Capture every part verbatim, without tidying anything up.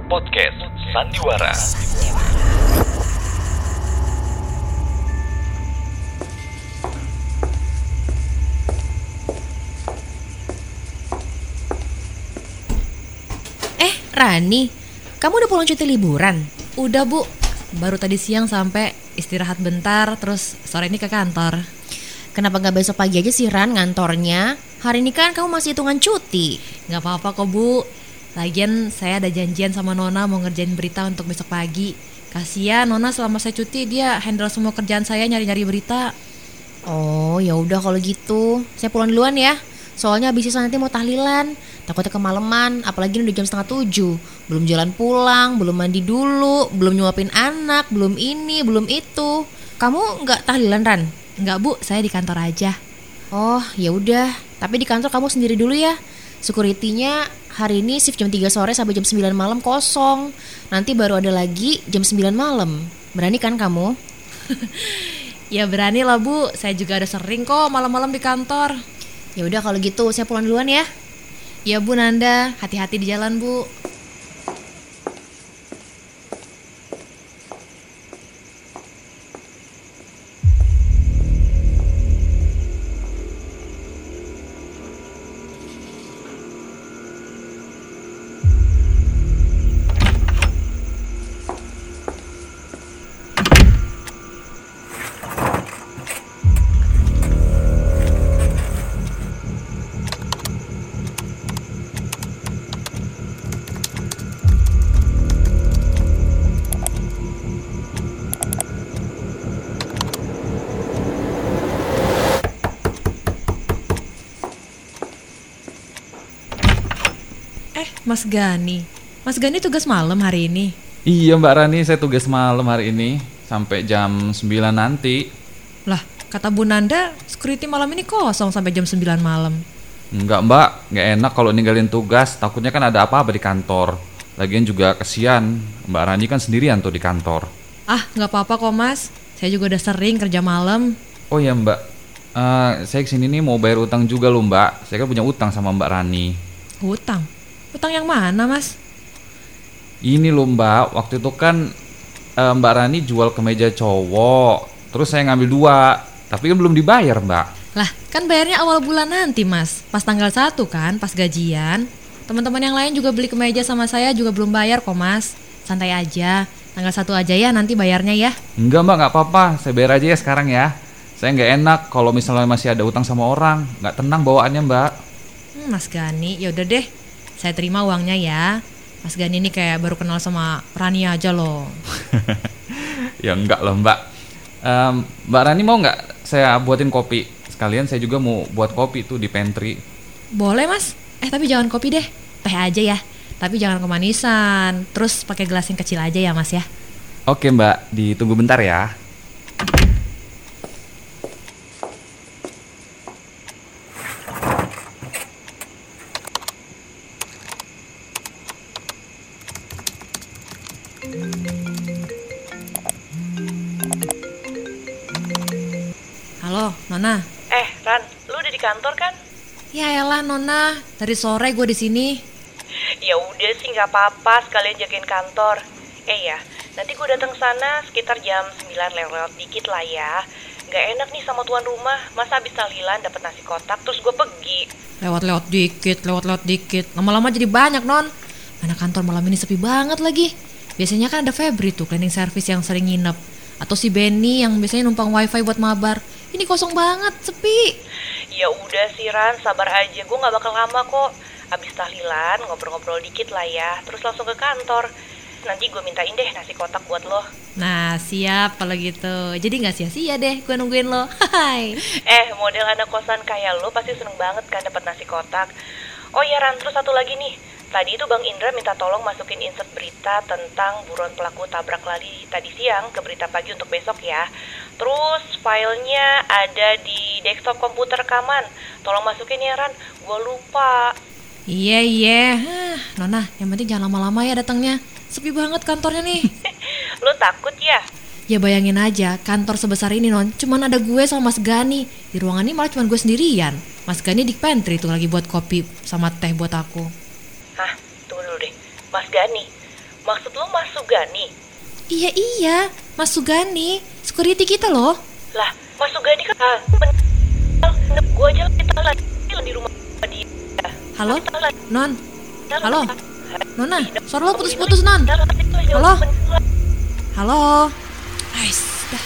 Podcast Sandiwara. Eh, Rani, kamu udah pulang cuti liburan? Udah, Bu. Baru tadi siang sampai istirahat bentar, terus sore ini ke kantor. Kenapa gak besok pagi aja sih, Ran, ngantornya? Hari ini kan kamu masih hitungan cuti. Gak apa-apa kok, Bu. Lagian saya ada janjian sama Nona mau ngerjain berita untuk besok pagi. Kasian Nona selama saya cuti dia handle semua kerjaan saya nyari-nyari berita. Oh, ya udah kalau gitu. Saya pulang duluan ya. Soalnya abis itu nanti mau tahlilan. Takutnya kemalaman, apalagi ini udah jam setengah tujuh. Belum jalan pulang, belum mandi dulu, belum nyuapin anak, belum ini, belum itu. Kamu nggak tahlilan, Ran? Nggak, Bu, saya di kantor aja. Oh, ya udah. Tapi di kantor kamu sendiri dulu ya. Security-nya hari ini shift jam tiga sore sampai jam sembilan malam kosong. Nanti baru ada lagi jam sembilan malam. Berani kan kamu? Ya berani lah, Bu. Saya juga ada sering kok malam-malam di kantor. Ya udah kalau gitu saya pulang duluan ya. Ya Bu Nanda, hati-hati di jalan, Bu. Eh, Mas Gani. Mas Gani tugas malam hari ini? Iya Mbak Rani, saya tugas malam hari ini sampai jam sembilan nanti. Lah, kata Bu Nanda, security malam ini kosong sampai jam sembilan malam. Enggak Mbak, nggak enak kalau ninggalin tugas. Takutnya kan ada apa-apa di kantor. Lagian juga kesian, Mbak Rani kan sendirian tuh di kantor. Ah, nggak apa-apa kok Mas. Saya juga udah sering kerja malam. Oh ya Mbak, uh, saya kesini nih mau bayar utang juga loh Mbak. Saya kan punya utang sama Mbak Rani. Hutang? Hutang yang mana Mas? Ini loh Mbak, waktu itu kan uh, Mbak Rani jual kemeja cowok. Terus saya ngambil dua, tapi kan belum dibayar Mbak. Lah, kan bayarnya awal bulan nanti Mas. Pas tanggal satu kan, pas gajian. Teman-teman yang lain juga beli kemeja sama saya juga belum bayar kok Mas. Santai aja, tanggal satu aja ya nanti bayarnya ya. Enggak Mbak, nggak apa-apa, saya bayar aja ya sekarang ya. Saya nggak enak kalau misalnya masih ada utang sama orang. Nggak tenang bawaannya Mbak. Hmm, Mas Gani, ya udah deh. Saya terima uangnya ya. Mas Gani ini kayak baru kenal sama Rani aja loh. Ya enggak lah Mbak. um, Mbak Rani mau nggak saya buatin kopi? Sekalian saya juga mau buat kopi tuh di pantry. Boleh Mas. Eh tapi jangan kopi deh. Teh aja ya. Tapi jangan kemanisan. Terus pakai gelas yang kecil aja ya Mas ya. Oke Mbak, ditunggu bentar ya. Halo, Nona. Eh, Ran, lu udah di kantor kan? Ya elah Nona, dari sore gue di sini. Ya udah sih, nggak apa-apa, sekalian jagain kantor. Eh ya, nanti gue datang sana sekitar jam sembilan lewat dikit lah ya. Nggak enak nih sama tuan rumah, masa abis tahlilan dapet nasi kotak terus gue pergi. Lewat-lewat dikit, lewat-lewat dikit. Lama-lama jadi banyak Non. Mana kantor malam ini sepi banget lagi. Biasanya kan ada Febri tuh, cleaning service yang sering nginep. Atau si Benny yang biasanya numpang wifi buat mabar. Ini kosong banget, sepi. Ya udah sih Ran, sabar aja, gue nggak bakal lama kok. Abis tahlilan ngobrol-ngobrol dikit lah ya, terus langsung ke kantor. Nanti gue mintain deh nasi kotak buat lo. Nah siap kalau gitu. Jadi gak sia-sia deh gue nungguin lo. Hai. Eh, model anak kosan kayak lo pasti seneng banget kan dapat nasi kotak. Oh iya Ran, terus satu lagi nih. Tadi itu Bang Indra minta tolong masukin insert berita tentang buruan pelaku tabrak lari tadi siang ke berita pagi untuk besok ya. Terus filenya ada di desktop komputer rekaman. Tolong masukin ya Ran, gue lupa. Iya iya. Hah, Nona, yang penting jangan lama-lama ya datangnya. Sepi banget kantornya nih. Lo takut ya? Ya bayangin aja, kantor sebesar ini Non, cuman ada gue sama Mas Gani. Di ruangan ini malah cuman gue sendirian. Mas Gani di pantry tuh lagi buat kopi sama teh buat aku. Hah, tunggu dulu deh. Mas Gani, Maksud lo Mas Sugani? Iya iya, Mas Sugani, security kita loh. Lah, Mas Sugani kan ah, men- gue aja kita lagi di rumah dia. Halo, Non. Halo, Nona, suara lo putus-putus, Non. Halo, halo. Ais, dah.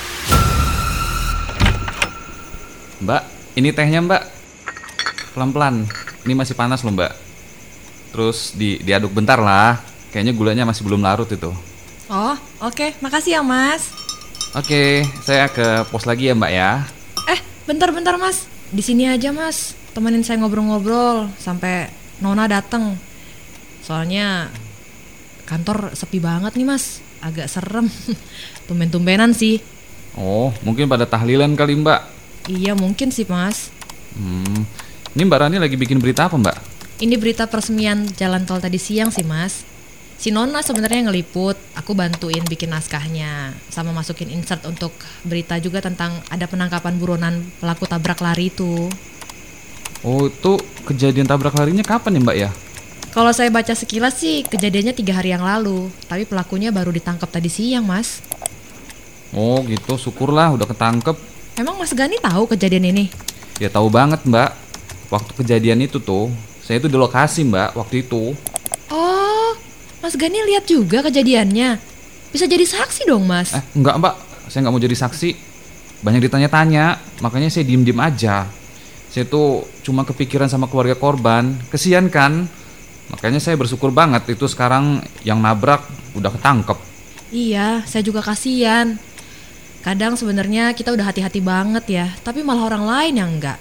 Mbak, ini tehnya Mbak. Pelan-pelan, ini masih panas loh Mbak. Terus di, diaduk bentar lah. Kayaknya gulanya masih belum larut itu. Oh, oke, makasih ya Mas. Oke, saya ke pos lagi ya Mbak ya. Eh, bentar-bentar Mas. Di sini aja Mas. Temenin saya ngobrol-ngobrol sampai Nona datang. Soalnya kantor sepi banget nih Mas. Agak serem. Tumben-tumbenan sih. Oh, mungkin pada tahlilan kali Mbak. Iya, mungkin sih Mas. Hmm, ini Mbak Rani lagi bikin berita apa Mbak? Ini berita peresmian jalan tol tadi siang sih Mas. Si Nona sebenarnya ngeliput, aku bantuin bikin naskahnya, sama masukin insert untuk berita juga tentang ada penangkapan buronan pelaku tabrak lari itu. Oh, itu kejadian tabrak larinya kapan ya Mbak ya? Kalau saya baca sekilas sih kejadiannya tiga hari yang lalu, tapi pelakunya baru ditangkap tadi siang Mas. Oh gitu, syukurlah udah ketangkep. Emang Mas Gani tahu kejadian ini? Ya tahu banget Mbak. Waktu kejadian itu tuh, saya itu di lokasi Mbak waktu itu. Oh, Mas Gani lihat juga kejadiannya. Bisa jadi saksi dong Mas. Eh enggak Mbak, saya nggak mau jadi saksi. Banyak ditanya-tanya, makanya saya diem-diem aja. Saya tuh cuma kepikiran sama keluarga korban, kesian kan. Makanya saya bersyukur banget itu sekarang yang nabrak udah ketangkep. Iya, saya juga kasihan. Kadang sebenarnya kita udah hati-hati banget ya, tapi malah orang lain yang enggak.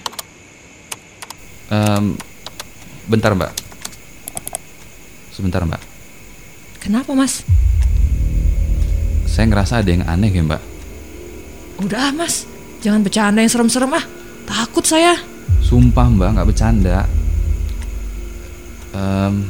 Um, bentar Mbak. Sebentar Mbak. Kenapa Mas? Saya ngerasa ada yang aneh ya Mbak. Udah ah, Mas, jangan bercanda yang serem-serem ah. Takut saya. Sumpah Mbak, nggak bercanda. Um,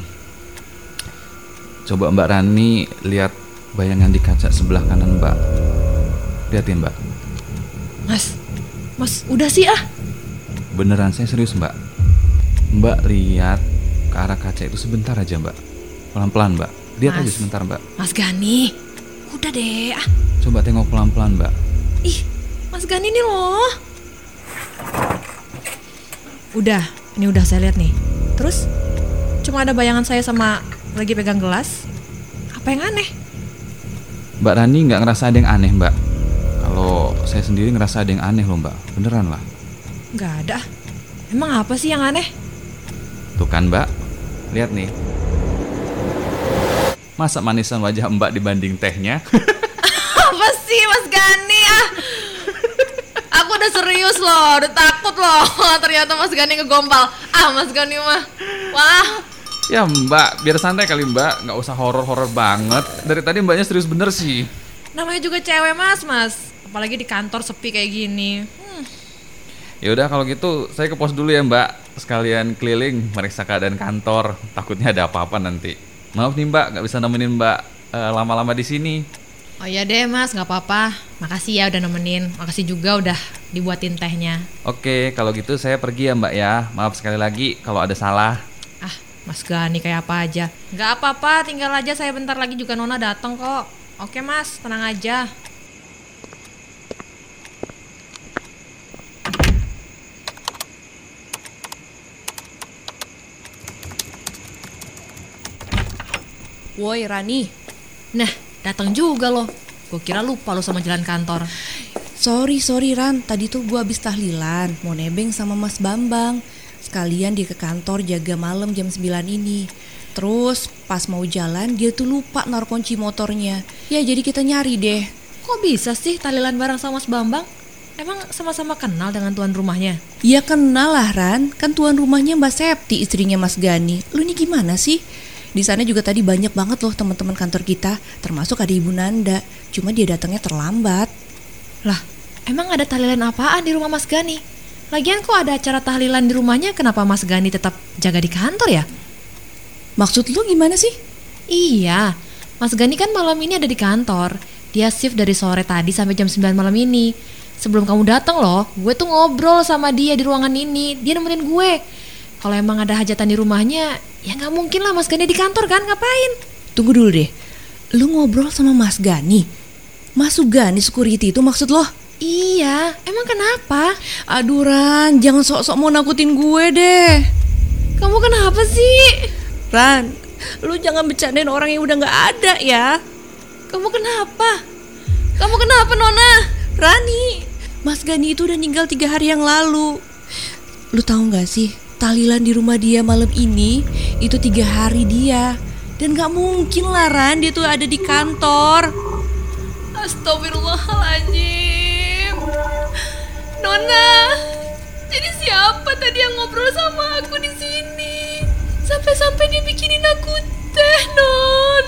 coba Mbak Rani lihat bayangan di kaca sebelah kanan Mbak. Lihatin Mbak. Mas, Mas udah sih ah. Beneran saya serius Mbak. Mbak lihat ke arah kaca itu sebentar aja Mbak. Pelan-pelan Mbak. Lihat Mas. aja sebentar Mbak. Mas Gani, udah deh ah. Coba tengok pelan-pelan Mbak. Ih, Mas Gani nih loh. Udah, ini udah saya lihat nih. Terus cuma ada bayangan saya sama lagi pegang gelas. Apa yang aneh? Mbak Rani nggak ngerasa ada yang aneh Mbak. Kalau saya sendiri ngerasa ada yang aneh loh Mbak. Beneran lah. Nggak ada. Emang apa sih yang aneh? Tuh kan Mbak. Lihat nih. Masa manisan wajah Mbak dibanding tehnya? Apa sih Mas Gani ah? Aku udah serius loh, udah takut loh. Ternyata Mas Gani ngegombal. Ah Mas Gani mah. Wah. Ya Mbak, biar santai kali Mbak. Nggak usah horor-horor banget. Dari tadi Mbaknya serius bener sih. Namanya juga cewek Mas, Mas. Apalagi di kantor sepi kayak gini. Hmm. Ya udah kalau gitu saya ke pos dulu ya Mbak. Sekalian keliling meriksa keadaan kantor. Takutnya ada apa-apa nanti. Maaf nih Mbak, nggak bisa nemenin Mbak uh, lama-lama di sini. Oh iya deh Mas, nggak apa-apa. Makasih ya udah nemenin. Makasih juga udah dibuatin tehnya. Oke, kalau gitu saya pergi ya Mbak ya. Maaf sekali lagi kalau ada salah. Ah, Mas Gani kayak apa aja. Nggak apa-apa, tinggal aja saya bentar lagi juga Nona datang kok. Oke Mas, tenang aja. Woi Rani. Nah, datang juga loh. Gue kira lupa lo sama jalan kantor. Sorry, sorry Ran. Tadi tuh gue habis tahlilan. Mau nebeng sama Mas Bambang. Sekalian dia ke kantor jaga malam jam sembilan ini. Terus pas mau jalan dia tuh lupa naruh kunci motornya. Ya jadi kita nyari deh. Kok bisa sih tahlilan bareng sama Mas Bambang? Emang sama-sama kenal dengan tuan rumahnya? Ya kenal lah Ran. Kan tuan rumahnya Mbak Septi, istrinya Mas Gani. Lu ini gimana sih? Di sana juga tadi banyak banget loh teman-teman kantor kita, termasuk ada Ibu Nanda. Cuma dia datangnya terlambat. Lah, emang ada tahlilan apaan di rumah Mas Gani? Lagian kok ada acara tahlilan di rumahnya, kenapa Mas Gani tetap jaga di kantor ya? Maksud lu gimana sih? Iya, Mas Gani kan malam ini ada di kantor. Dia shift dari sore tadi sampai jam sembilan malam ini. Sebelum kamu datang loh, gue tuh ngobrol sama dia di ruangan ini. Dia nemenin gue. Kalau emang ada hajatan di rumahnya, ya nggak mungkin lah Mas Gani di kantor kan, ngapain? tunggu dulu deh. Lu ngobrol sama Mas Gani? Mas Sugani security itu maksud lo? Iya, emang kenapa? Aduh Ran, jangan sok-sok mau nakutin gue deh. Kamu kenapa sih? Ran, lu jangan bercandain orang yang udah gak ada ya. Kamu kenapa? Kamu kenapa Nona? Rani, Mas Gani itu udah meninggal tiga hari yang lalu. Lu tahu gak sih, tahlilan di rumah dia malam ini itu tiga hari dia. Dan gak mungkin lah Ran, dia tuh ada di kantor. Astagfirullahaladzim. Nona, jadi siapa tadi yang ngobrol sama aku di sini? Sampai-sampai dia bikinin aku teh, Non.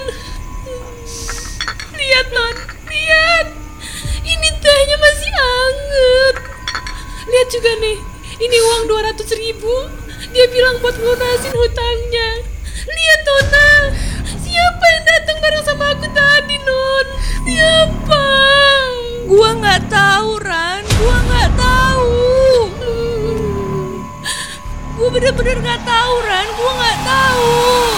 Lihat, Non, lihat. Ini tehnya masih anget. Lihat juga nih, ini uang dua ratus ribu. Dia bilang buat lunasin hutangnya. Lihat, Nona, siapa yang datang bareng sama aku tadi, Non? Siapa? Gua nggak tahu Ran, gua nggak tahu. Gua bener-bener nggak tahu Ran, gua nggak tahu.